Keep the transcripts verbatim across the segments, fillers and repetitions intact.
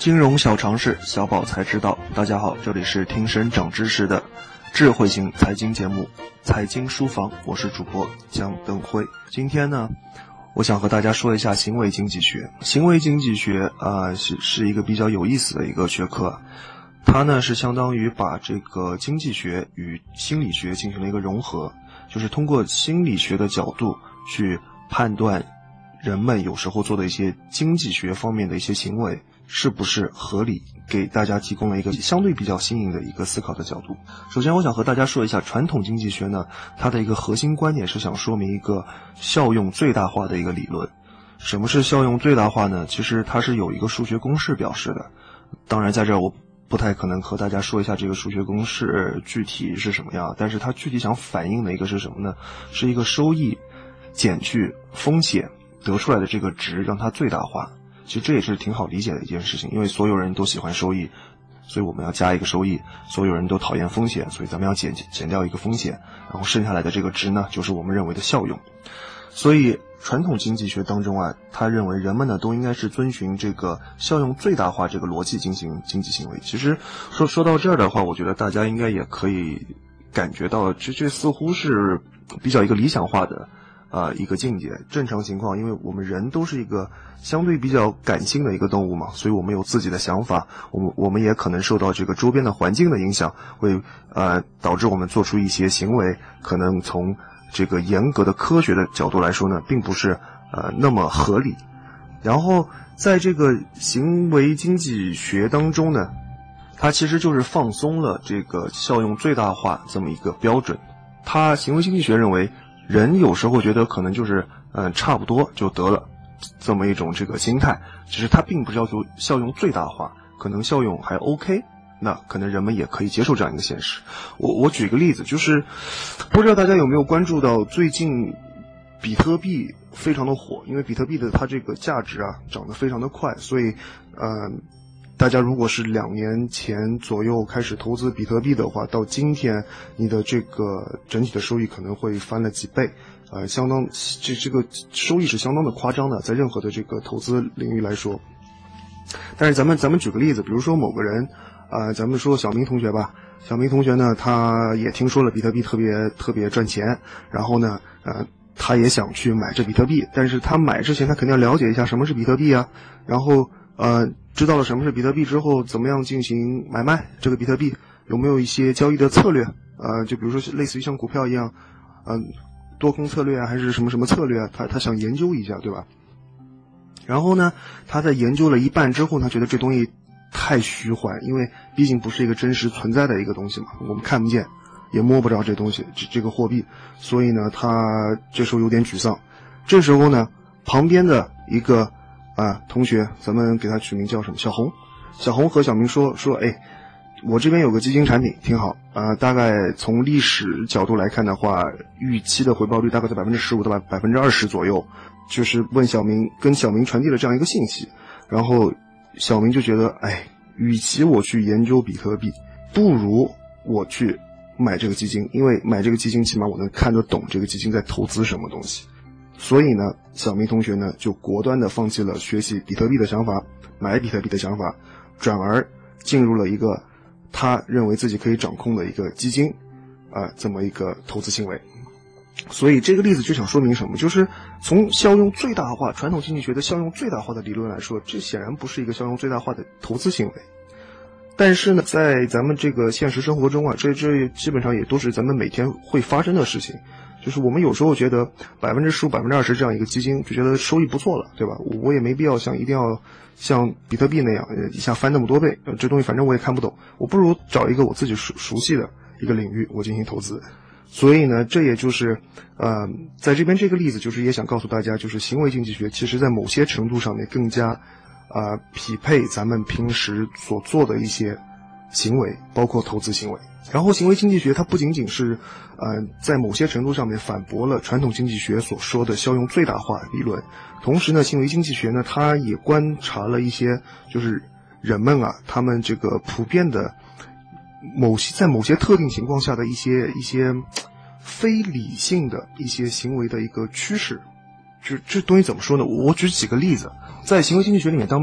金融小常识，小宝才知道。大家好，这里是听声长知识的智慧型财经节目财经书房，我是主播江登辉。今天呢，我想和大家说一下行为经济学。行为经济学啊、呃，是是一个比较有意思的一个学科，它呢是相当于把这个经济学与心理学进行了一个融合，就是通过心理学的角度去判断人们有时候做的一些经济学方面的一些行为是不是合理，给大家提供了一个相对比较新颖的一个思考的角度。首先我想和大家说一下传统经济学呢，它的一个核心观点是想说明一个效用最大化的一个理论。什么是效用最大化呢？其实它是有一个数学公式表示的，当然在这儿我不太可能和大家说一下这个数学公式具体是什么样，但是它具体想反映的一个是什么呢？是一个收益减去风险得出来的这个值让它最大化。其实这也是挺好理解的一件事情，因为所有人都喜欢收益，所以我们要加一个收益；所有人都讨厌风险，所以咱们要减减掉一个风险，然后剩下来的这个值呢，就是我们认为的效用。所以传统经济学当中啊，他认为人们呢都应该是遵循这个效用最大化这个逻辑进行经济行为。其实说说到这儿的话，我觉得大家应该也可以感觉到，这这似乎是比较一个理想化的啊、呃，一个境界。正常情况，因为我们人都是一个相对比较感性的一个动物嘛，所以我们有自己的想法，我们我们也可能受到这个周边的环境的影响，会呃导致我们做出一些行为，可能从这个严格的科学的角度来说呢，并不是呃那么合理。然后在这个行为经济学当中呢，它其实就是放松了这个效用最大化这么一个标准。它行为经济学认为，人有时候觉得可能就是嗯、呃、差不多就得了这么一种这个心态，只是它并不是要求效用最大化，可能效用还 OK， 那可能人们也可以接受这样一个现实。我我举个例子，就是不知道大家有没有关注到最近比特币非常的火，因为比特币的它这个价值啊涨得非常的快，所以呃大家如果是两年前左右开始投资比特币的话，到今天你的这个整体的收益可能会翻了几倍，呃，相当这这个收益是相当的夸张的，在任何的这个投资领域来说。但是咱们咱们举个例子，比如说某个人，呃，咱们说小明同学吧，小明同学呢，他也听说了比特币特别特别赚钱，然后呢，呃，他也想去买这比特币，但是他买之前他肯定要了解一下什么是比特币啊，然后呃。知道了什么是比特币之后，怎么样进行买卖这个比特币，有没有一些交易的策略，呃，就比如说类似于像股票一样，嗯、呃，多空策略啊，还是什么什么策略啊，他他想研究一下，对吧？然后呢，他在研究了一半之后，他觉得这东西太虚幻，因为毕竟不是一个真实存在的一个东西嘛，我们看不见，也摸不着这东西，这这个货币，所以呢，他这时候有点沮丧。这时候呢，旁边的一个啊，同学，咱们给他取名叫什么？小红。小红和小明说说，哎，我这边有个基金产品挺好啊、呃，大概从历史角度来看的话，预期的回报率大概在百分之十五到百百分之二十左右。就是问小明，跟小明传递了这样一个信息，然后小明就觉得，哎，与其我去研究比特币，不如我去买这个基金，因为买这个基金起码我能看得懂这个基金在投资什么东西。所以呢，小明同学呢就果断地放弃了学习比特币的想法，买比特币的想法，转而进入了一个他认为自己可以掌控的一个基金啊、呃，这么一个投资行为。所以这个例子就想说明什么？就是从效用最大化，传统经济学的效用最大化的理论来说，这显然不是一个效用最大化的投资行为。但是呢，在咱们这个现实生活中啊，这这基本上也都是咱们每天会发生的事情。就是我们有时候觉得百分之十五、百分之二十这样一个基金，就觉得收益不错了，对吧？我也没必要像一定要像比特币那样一下翻那么多倍，这东西反正我也看不懂，我不如找一个我自己熟熟悉的一个领域，我进行投资。所以呢，这也就是呃，在这边这个例子就是也想告诉大家，就是行为经济学其实在某些程度上面更加啊、呃、匹配咱们平时所做的一些行为，包括投资行为。然后行为经济学它不仅仅是呃在某些程度上面反驳了传统经济学所说的效用最大化理论，同时呢，行为经济学呢它也观察了一些就是人们啊他们这个普遍的某些在某些特定情况下的一些一些非理性的一些行为的一个趋势。就这东西怎么说呢？我举几个例子，在行为经济学里面，当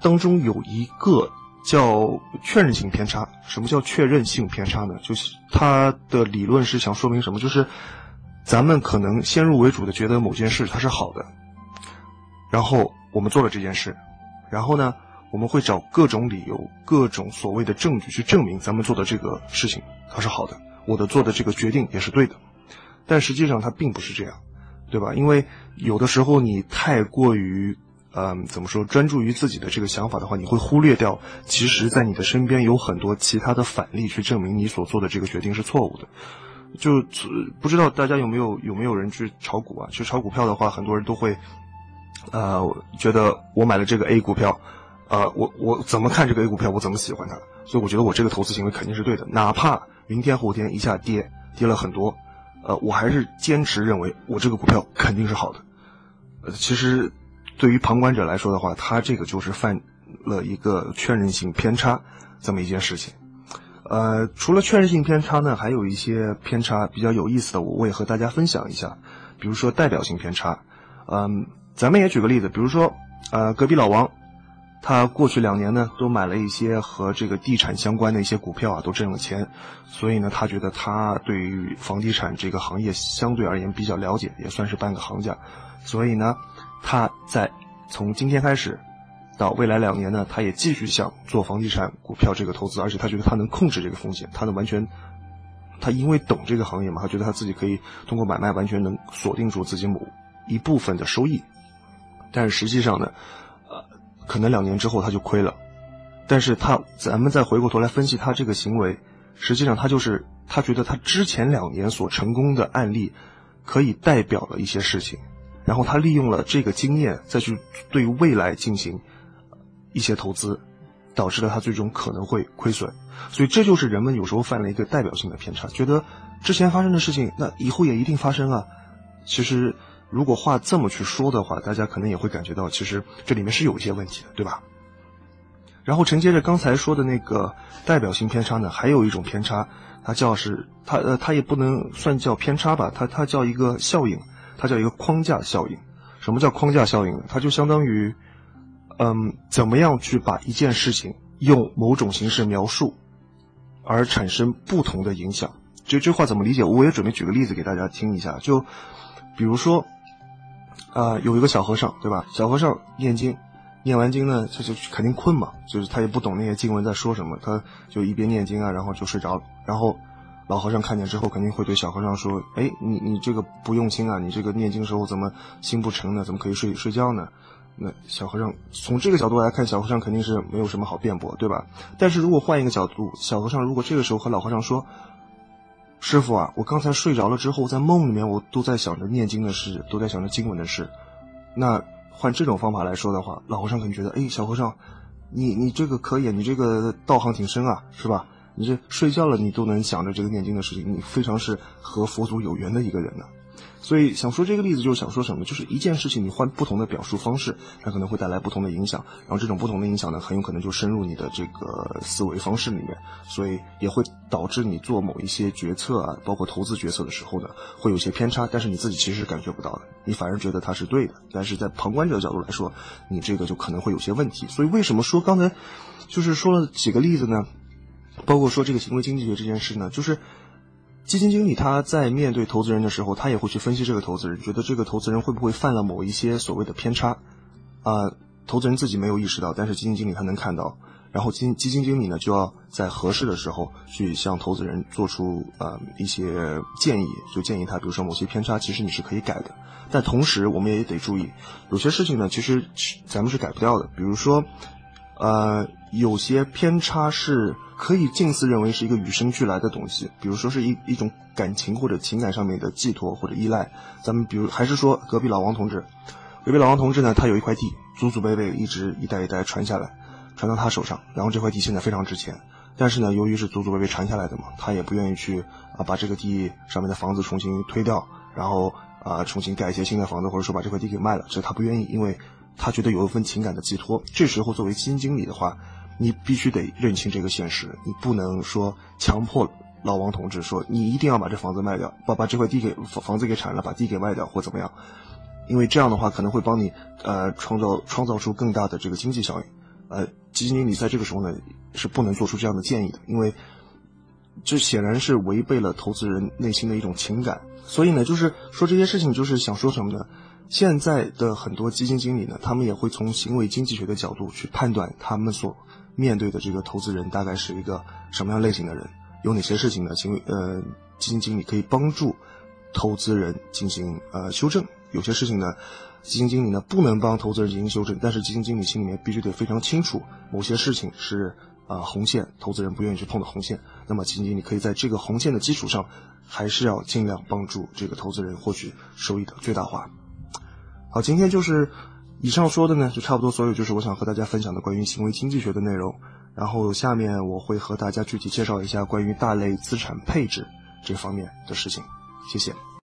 当中有一个叫确认性偏差。什么叫确认性偏差呢？就是它的理论是想说明什么，就是咱们可能先入为主的觉得某件事它是好的，然后我们做了这件事，然后呢我们会找各种理由各种所谓的证据去证明咱们做的这个事情它是好的，我的做的这个决定也是对的。但实际上它并不是这样，对吧？因为有的时候你太过于嗯，怎么说，专注于自己的这个想法的话，你会忽略掉其实在你的身边有很多其他的反例去证明你所做的这个决定是错误的。就不知道大家有没有有没有人去炒股啊？去炒股票的话，很多人都会呃觉得我买了这个 A 股票，呃我我怎么看这个 A 股票，我怎么喜欢它，所以我觉得我这个投资行为肯定是对的，哪怕明天后天一下跌跌了很多，呃我还是坚持认为我这个股票肯定是好的。呃其实对于旁观者来说的话，他这个就是犯了一个确认性偏差这么一件事情。呃，除了确认性偏差呢，还有一些偏差比较有意思的，我我也和大家分享一下。比如说代表性偏差，嗯，咱们也举个例子，比如说呃，隔壁老王，他过去两年呢都买了一些和这个地产相关的一些股票啊，都挣了钱，所以呢，他觉得他对于房地产这个行业相对而言比较了解，也算是半个行家，所以呢。他在从今天开始到未来两年呢，他也继续想做房地产股票这个投资，而且他觉得他能控制这个风险，他能完全，他因为懂这个行业嘛，他觉得他自己可以通过买卖完全能锁定住自己某一部分的收益。但是实际上呢，呃，可能两年之后他就亏了。但是他，咱们再回过头来分析他这个行为，实际上他就是他觉得他之前两年所成功的案例，可以代表了一些事情。然后他利用了这个经验再去对未来进行一些投资，导致了他最终可能会亏损。所以这就是人们有时候犯了一个代表性的偏差，觉得之前发生的事情那以后也一定发生啊。其实如果话这么去说的话，大家可能也会感觉到其实这里面是有一些问题的，对吧？然后承接着刚才说的那个代表性偏差呢，还有一种偏差，它叫是它呃它也不能算叫偏差吧，它它叫一个效应。它叫一个框架效应。什么叫框架效应呢？它就相当于嗯，怎么样去把一件事情用某种形式描述而产生不同的影响。这这话怎么理解？我也准备举个例子给大家听一下。就比如说啊、呃，有一个小和尚，对吧？小和尚念经，念完经呢，他就肯定困嘛，就是他也不懂那些经文在说什么，他就一边念经啊，然后就睡着了。然后老和尚看见之后肯定会对小和尚说，哎，你你这个不用心啊，你这个念经时候怎么心不诚呢？怎么可以睡睡觉呢？那小和尚从这个角度来看，小和尚肯定是没有什么好辩驳，对吧？但是如果换一个角度，小和尚如果这个时候和老和尚说，师父啊，我刚才睡着了之后，在梦里面我都在想着念经的事，都在想着经文的事。那换这种方法来说的话，老和尚可能觉得，哎，小和尚，你你这个可以，你这个道行挺深啊，是吧？你这睡觉了你都能想着这个念经的事情，你非常是和佛祖有缘的一个人呢。所以想说这个例子就是想说什么，就是一件事情你换不同的表述方式，它可能会带来不同的影响，然后这种不同的影响呢，很有可能就深入你的这个思维方式里面，所以也会导致你做某一些决策啊，包括投资决策的时候呢，会有些偏差，但是你自己其实是感觉不到的，你反而觉得它是对的，但是在旁观者的角度来说，你这个就可能会有些问题。所以为什么说刚才就是说了几个例子呢？包括说这个行为经济学这件事呢，就是基金经理他在面对投资人的时候，他也会去分析这个投资人，觉得这个投资人会不会犯了某一些所谓的偏差啊、呃，投资人自己没有意识到，但是基金经理他能看到，然后基金基金经理呢就要在合适的时候去向投资人做出呃一些建议，就建议他比如说某些偏差其实你是可以改的，但同时我们也得注意，有些事情呢其实咱们是改不掉的，比如说呃有些偏差是可以近似认为是一个与生俱来的东西，比如说是一一种感情或者情感上面的寄托或者依赖。咱们比如还是说隔壁老王同志，隔壁老王同志呢，他有一块地，祖祖辈辈一直一代一代传下来，传到他手上，然后这块地现在非常值钱，但是呢，由于是祖祖辈辈传下来的嘛，他也不愿意去啊把这个地上面的房子重新推掉，然后啊重新盖一些新的房子，或者说把这块地给卖了，这他不愿意，因为他觉得有一份情感的寄托。这时候作为基金经理的话，你必须得认清这个现实，你不能说强迫老王同志说你一定要把这房子卖掉，把把这块地给房子给铲了，把地给卖掉或怎么样，因为这样的话可能会帮你呃创造创造出更大的这个经济效应呃，基金经理在这个时候呢是不能做出这样的建议的，因为这显然是违背了投资人内心的一种情感。所以呢，就是说这些事情就是想说什么呢？现在的很多基金经理呢，他们也会从行为经济学的角度去判断他们所面对的这个投资人大概是一个什么样类型的人，有哪些事情呢？行为呃，基金经理可以帮助投资人进行呃修正，有些事情呢，基金经理呢不能帮投资人进行修正，但是基金经理心里面必须得非常清楚，某些事情是啊、呃、红线，投资人不愿意去碰的红线，那么基金经理可以在这个红线的基础上，还是要尽量帮助这个投资人获取收益的最大化。好，今天就是以上说的呢，就差不多所有就是我想和大家分享的关于行为经济学的内容。然后下面我会和大家具体介绍一下关于大类资产配置这方面的事情。谢谢。